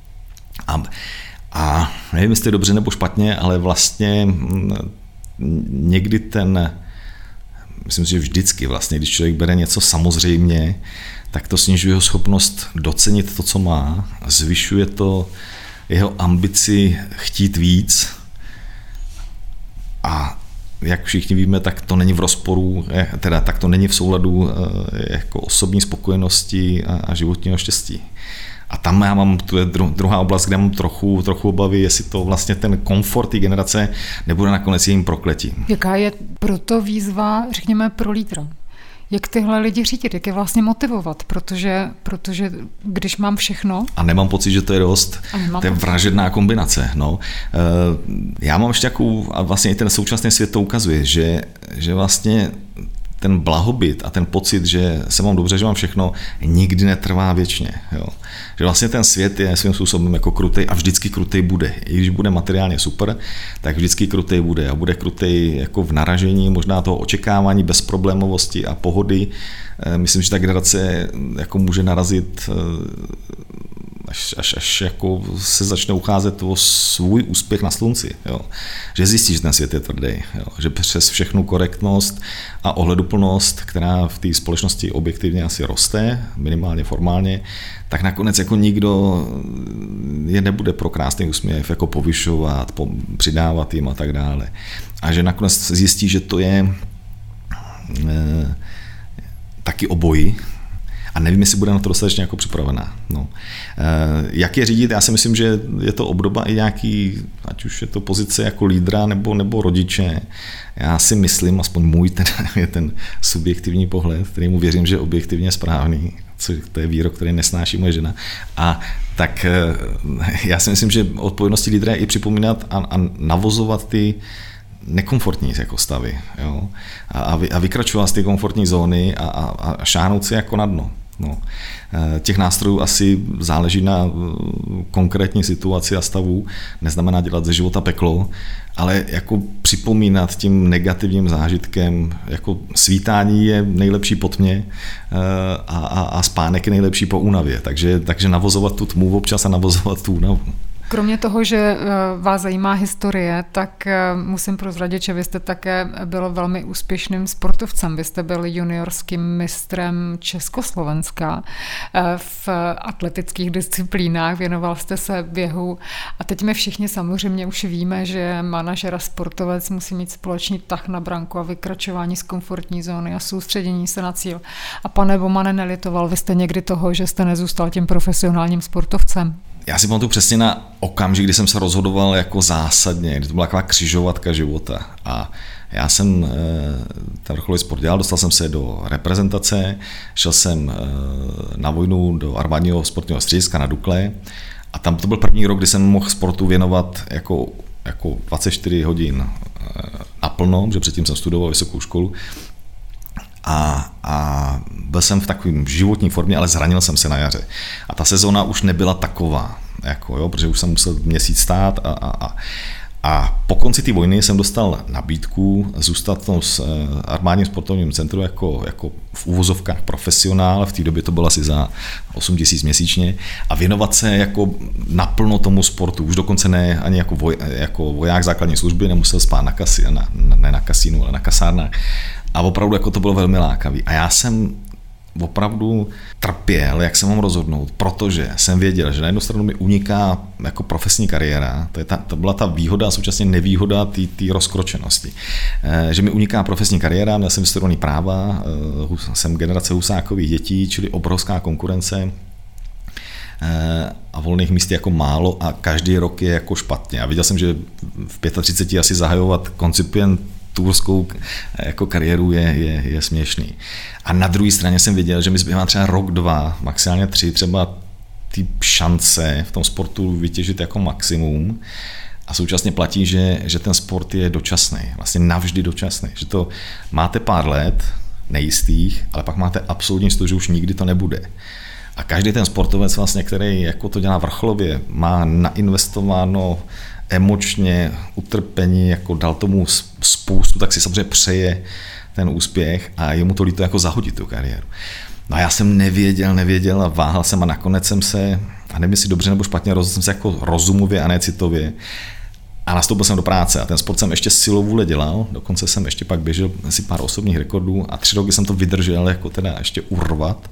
A nevím, jestli je dobře nebo špatně, ale vlastně někdy myslím si, že vždycky vlastně, když člověk bere něco samozřejmě, tak to snižuje jeho schopnost docenit to, co má, zvyšuje to jeho ambici chtít víc a jak všichni víme, tak to není v rozporu, tak to není v souladu jako osobní spokojenosti a životního štěstí. A tam já mám, tu je druhá oblast, kde mám trochu obavy, jestli to vlastně ten komfort té generace nebude nakonec jejím prokletím. Jaká je proto výzva, řekněme, pro lídra? Jak tyhle lidi řídit, jak je vlastně motivovat, protože když mám všechno... A nemám pocit, že to je dost, to je vražedná kombinace. No. Já mám ještě takovou, a vlastně i ten současný svět to ukazuje, že vlastně ten blahobyt a ten pocit, že se mám dobře, že mám všechno, nikdy netrvá věčně. Jo. Že vlastně ten svět je svým způsobem jako krutej a vždycky krutej bude. I když bude materiálně super, tak vždycky krutej bude. A bude krutej jako v naražení, možná toho očekávání, bezproblémovosti a pohody. Myslím, že ta generace jako může narazit, až jako se začne ucházet o svůj úspěch na slunci. Jo. Že zjistí, že ten svět je tvrdý. Jo. Že přes všechnu korektnost a ohleduplnost, která v té společnosti objektivně asi roste, minimálně formálně, tak nakonec jako nikdo je nebude pro krásný úsměv jako povyšovat, přidávat jim a tak dále. A že nakonec zjistí, že to je taky obojí, a nevím, jestli bude na to dostatečně jako připravená. No. Jak je řídit? Já si myslím, že je to obdoba i nějaký, ať už je to pozice jako lídra nebo rodiče. Já si myslím, aspoň můj je ten subjektivní pohled, kterému věřím, že je objektivně správný. To je výrok, který nesnáší moje žena. A tak já si myslím, že odpovědností lídra je i připomínat a navozovat ty nekomfortní jako stavy. Jo? A vykračovat z té komfortní zóny a šáhnout si jako na dno. No. Těch nástrojů asi záleží na konkrétní situaci a stavu, neznamená dělat ze života peklo, ale jako připomínat tím negativním zážitkem, jako svítání je nejlepší po tmě a spánek je nejlepší po únavě, takže navozovat tu tmu občas a navozovat tu únavu. Kromě toho, že vás zajímá historie, tak musím prozradit, že vy jste také byl velmi úspěšným sportovcem. Vy jste byl juniorským mistrem Československa v atletických disciplínách, věnoval jste se běhu a teď my všichni samozřejmě už víme, že manažer a sportovec musí mít společný tah na branku a vykračování z komfortní zóny a soustředění se na cíl. A pane Bomane, nelitoval vy jste někdy toho, že jste nezůstal tím profesionálním sportovcem? Já si pamatuju přesně na okamžik, kdy jsem se rozhodoval jako zásadně, kdy to byla taková křižovatka života. A já jsem ten vrcholový sport dělal, dostal jsem se do reprezentace, šel jsem na vojnu do armádního sportovního střediska na Dukle a tam to byl první rok, kdy jsem mohl sportu věnovat jako 24 hodin naplno, protože předtím jsem studoval vysokou školu. A byl jsem v takovém životní formě, ale zranil jsem se na jaře. A ta sezóna už nebyla taková, protože už jsem musel měsíc stát a po konci té vojny jsem dostal nabídku zůstat v tom armádním sportovním centru jako v uvozovkách profesionál, v té době to bylo asi za 8 000 měsíčně a věnovat se jako naplno tomu sportu, už dokonce ne ani jako voják základní služby, nemusel spát ne na kasínu, ale na kasárnách. A opravdu jako to bylo velmi lákavý. A já jsem opravdu trpěl, jak se mám rozhodnout, protože jsem věděl, že na jednu stranu mi uniká jako profesní kariéra, to byla ta výhoda a současně nevýhoda té rozkročenosti. Že mi uniká profesní kariéra, měl jsem vystudovaný práva, jsem generace Husákových dětí, čili obrovská konkurence a volných míst jako málo a každý rok je jako špatně. A viděl jsem, že v 35 asi zahajovat koncipienturskou jako kariéru je směšný. A na druhé straně jsem viděl, že mi zbývá třeba rok, 2, maximálně 3, třeba ty šance v tom sportu vytěžit jako maximum a současně platí, že ten sport je dočasný, vlastně navždy dočasný, že to máte pár let nejistých, ale pak máte absolutní jistotu, že už nikdy to nebude. A každý ten sportovec, vlastně, který jako to dělá vrcholově, má nainvestováno emočně, utrpení, jako dal tomu spoustu, tak si samozřejmě přeje ten úspěch a jemu to líto jako zahodit tu kariéru. No a já jsem nevěděl a váhal jsem a nakonec jsem se, a nevím jestli dobře nebo špatně, rozhodl jsem se jako rozumově a ne citově a nastoupil jsem do práce a ten sport jsem ještě silou vůle dělal, dokonce jsem ještě pak běžel si pár osobních rekordů a 3 roky jsem to vydržel jako teda ještě urvat.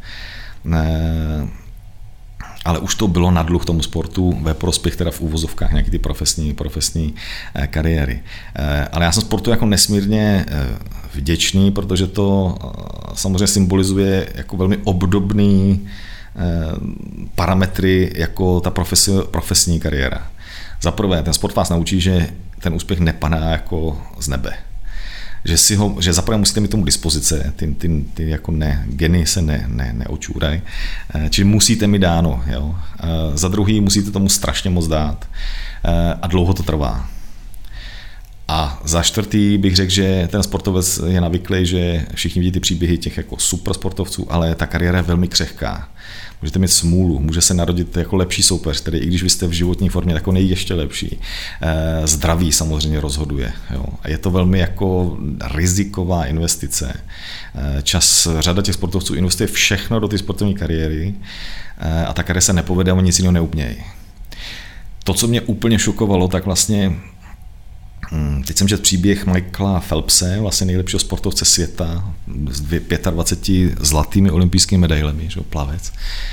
Ale už to bylo na dluh tomu sportu ve prospěch teda v úvozovkách nějaké ty profesní kariéry. Ale já jsem sportu jako nesmírně vděčný, protože to samozřejmě symbolizuje jako velmi obdobný parametry jako ta profesní kariéra. Za prvé, ten sport vás naučí, že ten úspěch nepadá jako z nebe. Že zaprvé musíte mít tomu dispozice, ty jako geny se neočůrají, čili musíte mít dáno. Jo. Za druhý musíte tomu strašně moc dát a dlouho to trvá. A za čtvrtý bych řekl, že ten sportovec je navyklý, že všichni vidí ty příběhy těch jako super sportovců, ale ta kariéra je velmi křehká. Můžete mít smůlu, může se narodit jako lepší soupeř, tedy i když vy jste v životní formě, jako ještě lepší. Zdraví samozřejmě rozhoduje. Jo. A je to velmi jako riziková investice. Řada těch sportovců investuje všechno do té sportovní kariéry a ta kariéra se nepovede a oni nic jiného neumějí. To, co mě úplně šokovalo, tak vlastně teď jsem četl příběh Michaela Phelpse, vlastně nejlepšího sportovce světa, s 25 zlatými olympijskými medailemi, že plavec.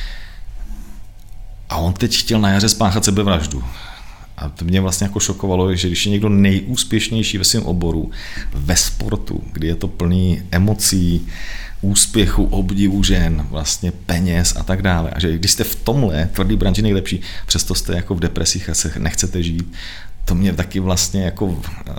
A on teď chtěl na jaře spáchat sebevraždu. A to mě vlastně jako šokovalo, že když je někdo nejúspěšnější ve svém oboru, ve sportu, kdy je to plný emocí, úspěchu, obdivu žen, vlastně peněz a tak dále. A že když jste v tomhle tvrdý branži nejlepší, přesto jste jako v depresích a se nechcete žít, to mě taky vlastně jako,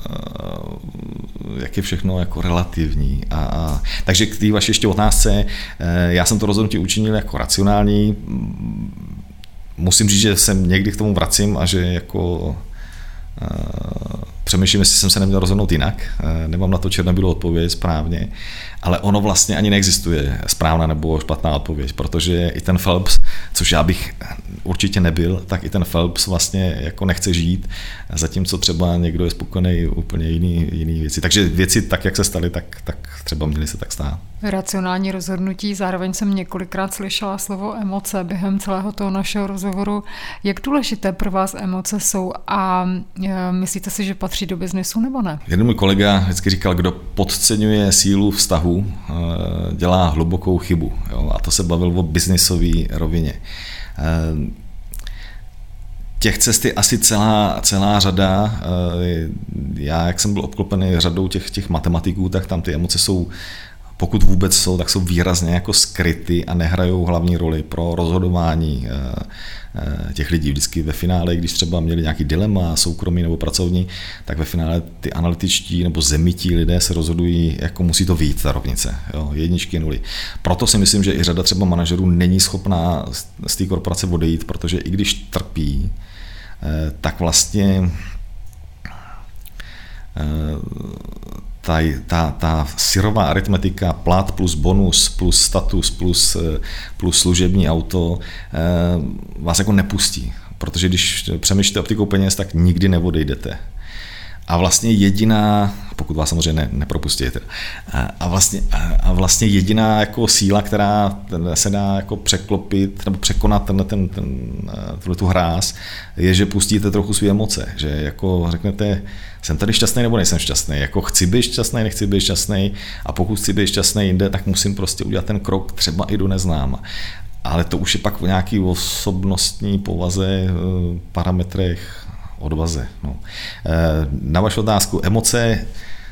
jak je všechno jako relativní. Takže k té vaší ještě otázce, já jsem to rozhodnutí učinil jako racionální. Musím říct, že jsem někdy k tomu vracím a že jako přemýšlím, jestli jsem se neměl rozhodnout jinak. Nemám na to černobílou odpověď správně, ale ono vlastně ani neexistuje správná nebo špatná odpověď, protože i ten Phelps, což já bych určitě nebyl, tak i ten Phelps vlastně jako nechce žít, zatímco třeba někdo je spokojený úplně jiný věci. Takže věci tak, jak se staly, tak třeba měly se tak stát. Racionální rozhodnutí, zároveň jsem několikrát slyšela slovo emoce během celého toho našeho rozhovoru. Jak důležité pro vás emoce jsou a myslíte si, že patří do biznesu nebo ne? Jeden můj kolega vždycky říkal, kdo podceňuje sílu vztahu, dělá hlubokou chybu. Jo? A to se bavil o biznisové rovině. Těch cest je asi celá řada. Já, jak jsem byl obklopený řadou těch matematiků, tak tam ty emoce jsou, pokud vůbec jsou, tak jsou výrazně jako skryty a nehrajou hlavní roli pro rozhodování těch lidí. Vždycky ve finále, když třeba měli nějaký dilema, soukromý nebo pracovní, tak ve finále ty analytičtí nebo zemití lidé se rozhodují, jako musí to vyjít ta rovnice. Jo, 1, 0. Proto si myslím, že i řada třeba manažerů není schopná z té korporace odejít, protože i když trpí, tak vlastně ta syrová aritmetika, plat plus bonus, plus status, plus služební auto vás jako nepustí. Protože když přemýšlíte optikou peněz, tak nikdy neodejdete. A vlastně jediná, pokud vás samozřejmě nepropustíte, a vlastně jediná jako síla, která se dá jako překlopit nebo překonat tu hráz, je, že pustíte trochu své emoce, že jako řeknete, jsem tady šťastný nebo nejsem šťastný, jako chci být šťastný, nechci být šťastný, a pokud chci být šťastný jinde, tak musím prostě udělat ten krok třeba i do neznáma. Ale to už je pak v nějaký osobnostní povaze, parametrech, odvaze. No. Na vaši otázku, emoce,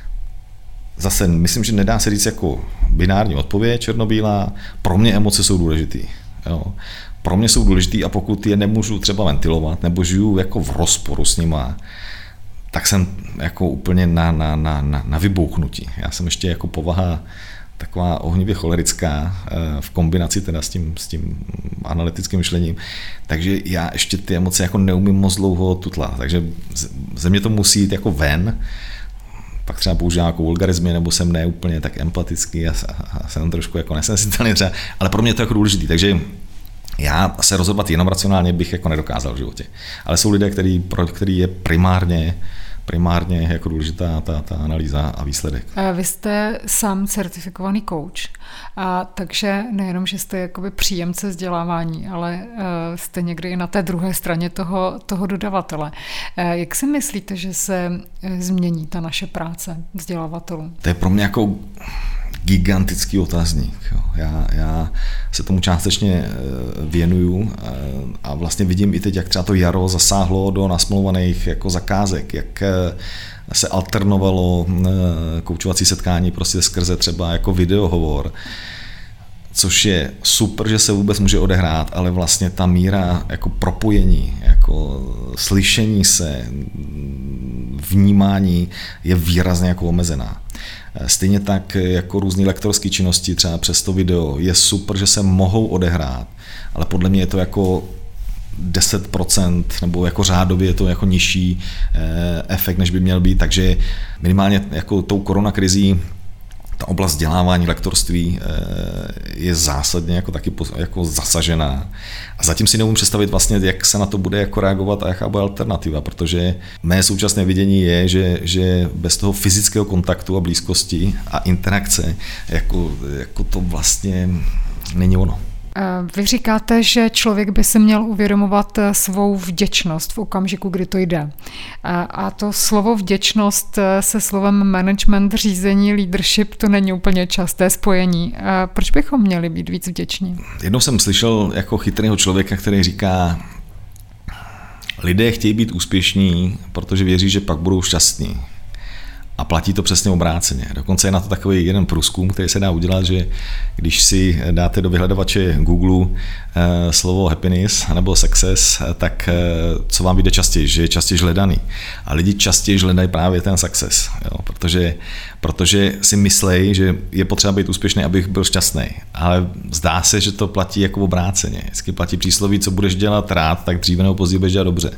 zase myslím, že nedá se říct jako binární odpověď, černobílá. Pro mě emoce jsou důležitý. Jo. Pro mě jsou důležitý, a pokud je nemůžu třeba ventilovat, nebo žiju jako v rozporu s nima, tak jsem jako úplně na vybouchnutí. Já jsem ještě jako povaha taková ohnivě cholerická v kombinaci teda s tím analytickým myšlením. Takže já ještě ty emoce jako neumím moc dlouho tutlat. Takže ze mě to musí jít jako ven, pak třeba používám jako vulgarizmy, nebo jsem ne úplně tak empatický a jsem trošku jako nesensitelný třeba, ale pro mě to je jako důležitý. Takže já se rozhodovat jenom racionálně bych jako nedokázal v životě. Ale jsou lidé, pro který je primárně jako důležitá ta analýza a výsledek. Vy jste sám certifikovaný coach, takže nejenom, že jste jakoby příjemce vzdělávání, ale jste někdy i na té druhé straně toho dodavatele. Jak si myslíte, že se změní ta naše práce vzdělavatelů? To je pro mě jako gigantický otazník. Jo. Já se tomu částečně věnuju a vlastně vidím i teď, jak třeba to jaro zasáhlo do nasmlouvaných jako zakázek, jak se alternovalo koučovací setkání prostě skrze třeba jako videohovor, což je super, že se vůbec může odehrát, ale vlastně ta míra jako propojení, jako slyšení se, vnímání je výrazně jako omezená. Stejně tak jako různé lektorské činnosti, třeba přes to video, je super, že se mohou odehrát, ale podle mě je to jako 10% nebo jako řádově je to jako nižší efekt, než by měl být, takže minimálně jako tou koronakrizí ta oblast vzdělávání, lektorství je zásadně jako taky jako zasažená. A zatím si neumím představit vlastně, jak se na to bude jako reagovat a jaká bude alternativa, protože mé současné vidění je, že bez toho fyzického kontaktu a blízkosti a interakce jako to vlastně není ono. Vy říkáte, že člověk by se měl uvědomovat svou vděčnost v okamžiku, kdy to jde. A to slovo vděčnost se slovem management, řízení, leadership, to není úplně časté spojení. Proč bychom měli být víc vděční? Jednou jsem slyšel jako chytrého člověka, který říká, lidé chtějí být úspěšní, protože věří, že pak budou šťastní. A platí to přesně obráceně. Dokonce je na to takový jeden průzkum, který se dá udělat, že když si dáte do vyhledávače Google slovo happiness nebo success, tak co vám vyjde častěji, že je častěji hledaný. A lidi častěji hledají právě ten success, jo, protože si myslejí, že je potřeba být úspěšný, abych byl šťastný. Ale zdá se, že to platí jako obráceně. Vždycky platí přísloví, co budeš dělat rád, tak dříve nebo později budeš dělat dobře.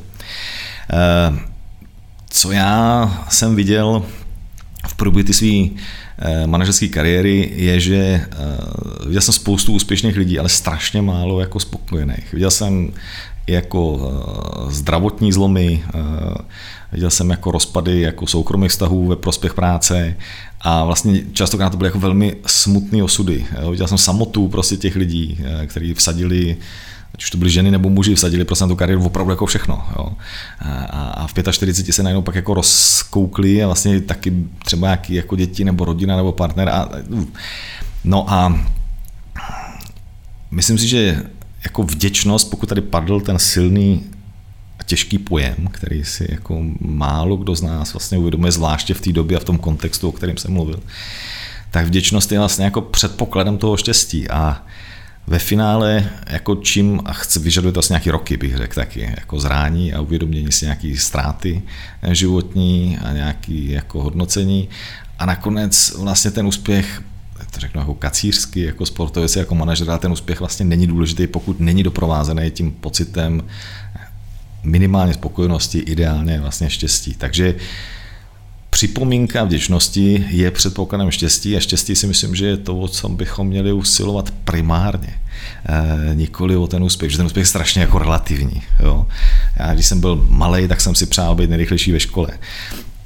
Co já jsem viděl v průběhu té své manažerské kariéry je, že viděl jsem spoustu úspěšných lidí, ale strašně málo jako spokojených. Viděl jsem jako zdravotní zlomy, viděl jsem jako rozpady jako soukromých vztahů ve prospěch práce a vlastně častokrát to byly jako velmi smutné osudy. Viděl jsem samotu prostě těch lidí, kteří vsadili, ať už to byly ženy nebo muži, vsadili prostě na tu kariéru opravdu jako všechno. Jo. A v 45 se najednou pak jako rozkoukli a vlastně taky třeba nějaký jako děti nebo rodina nebo partner. No a myslím si, že jako vděčnost, pokud tady padl ten silný a těžký pojem, který si jako málo kdo z nás vlastně uvědomuje, zvláště v té době a v tom kontextu, o kterém jsem mluvil, tak vděčnost je vlastně jako předpokladem toho štěstí a ve finále, jako čím, a vyžaduje to asi nějaký roky, bych řekl taky, jako zrání a uvědomění si nějaký ztráty životní a nějaký jako hodnocení a nakonec vlastně ten úspěch, to řeknu jako kacířsky, jako sportovec, jako manažer, ale ten úspěch vlastně není důležitý, pokud není doprovázený tím pocitem minimálně spokojenosti, ideálně vlastně štěstí. Takže připomínka vděčnosti je předpokladem štěstí a štěstí si myslím, že je to, o co bychom měli usilovat primárně. Nikoli o ten úspěch, že ten úspěch je strašně jako relativní. Jo. Já když jsem byl malej, tak jsem si přál být nejrychlejší ve škole.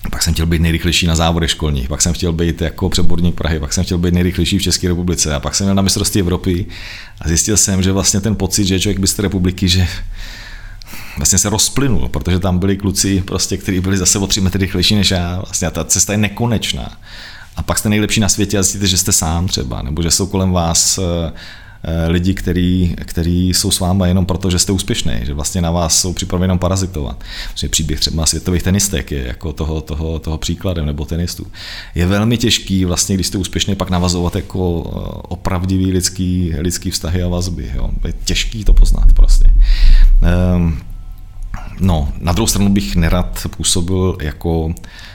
Pak jsem chtěl být nejrychlejší na závodech školních, pak jsem chtěl být jako přeborník Prahy, pak jsem chtěl být nejrychlejší v České republice a pak jsem měl na mistrovství Evropy a zjistil jsem, že vlastně ten pocit, že je člověk mistr republiky, že vlastně se rozplynul, protože tam byli kluci, prostě, kteří byli zase o 3 metry rychlejší než já. Vlastně a ta cesta je nekonečná. A pak jste nejlepší na světě a zjistíte, že jste sám třeba, nebo že jsou kolem vás lidi, kteří jsou s váma jenom proto, že jste úspěšný, že vlastně na vás jsou připraveni jenom parazitovat. Příběh třeba světových tenistek je jako toho příkladem, nebo tenistů. Je velmi těžký vlastně, když jste úspěšný, pak navazovat jako opravdivý lidský vztahy a vazby. Jo. Je těžký to poznat prostě. No, na druhou stranu bych nerad působil jako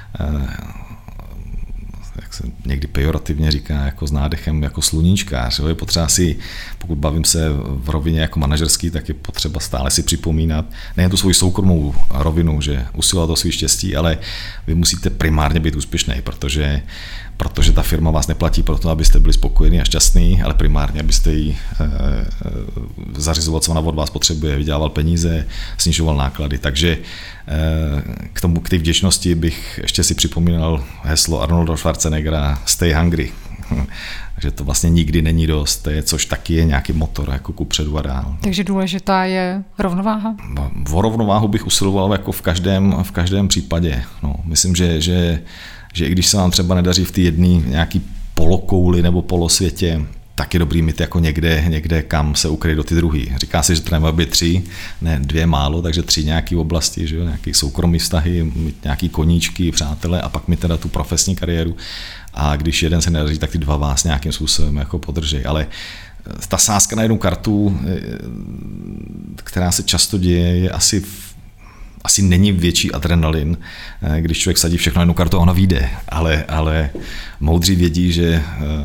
jak se někdy pejorativně říká, jako s nádechem, jako sluníčkář. Je potřeba si, pokud bavím se v rovině jako manažerský, tak je potřeba stále si připomínat nejen tu svoji soukromou rovinu, že usilovat o svý štěstí, ale vy musíte primárně být úspěšný, protože ta firma vás neplatí proto, abyste byli spokojení a šťastní, ale primárně, abyste jí zařizoval, co ona od vás potřebuje, vydělával peníze, snižoval náklady. Takže k té vděčnosti bych ještě si připomínal heslo Arnolda Schwarzeneggera Stay hungry. že to vlastně nikdy není dost, což taky je nějaký motor jako kupředu a dál. Takže důležitá je rovnováha? O rovnováhu bych usiloval jako v každém případě. No, myslím, že i když se vám třeba nedaří v té jedné nějaký polokouli nebo polosvětě, tak je dobrý mít jako někde kam se ukryt do ty druhý. Říká se, že to nemá být 3, ne 2 málo, takže 3 nějaký oblasti, že jo, nějaký soukromý vztahy, mít nějaký koníčky, přátelé a pak mít teda tu profesní kariéru. A když jeden se nedaří, tak ty 2 vás nějakým způsobem jako podržej. Ale ta sázka na jednu kartu, která se často děje, je asi není větší adrenalin, když člověk sadí všechno na jednu kartu a ona vyjde, ale moudří vědí, že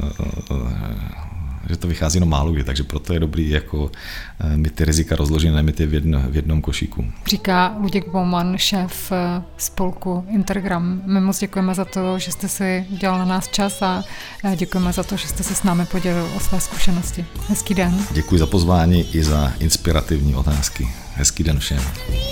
to vychází jenom málo kdy, takže proto je dobrý jako mít ty rizika rozložené, nemít je v jednom košíku. Říká Luděk Baumann, šéf spolku Intergram. My moc děkujeme za to, že jste si udělal na nás čas a děkujeme za to, že jste se s námi podělil o své zkušenosti. Hezký den. Děkuji za pozvání i za inspirativní otázky. Hezký den všem.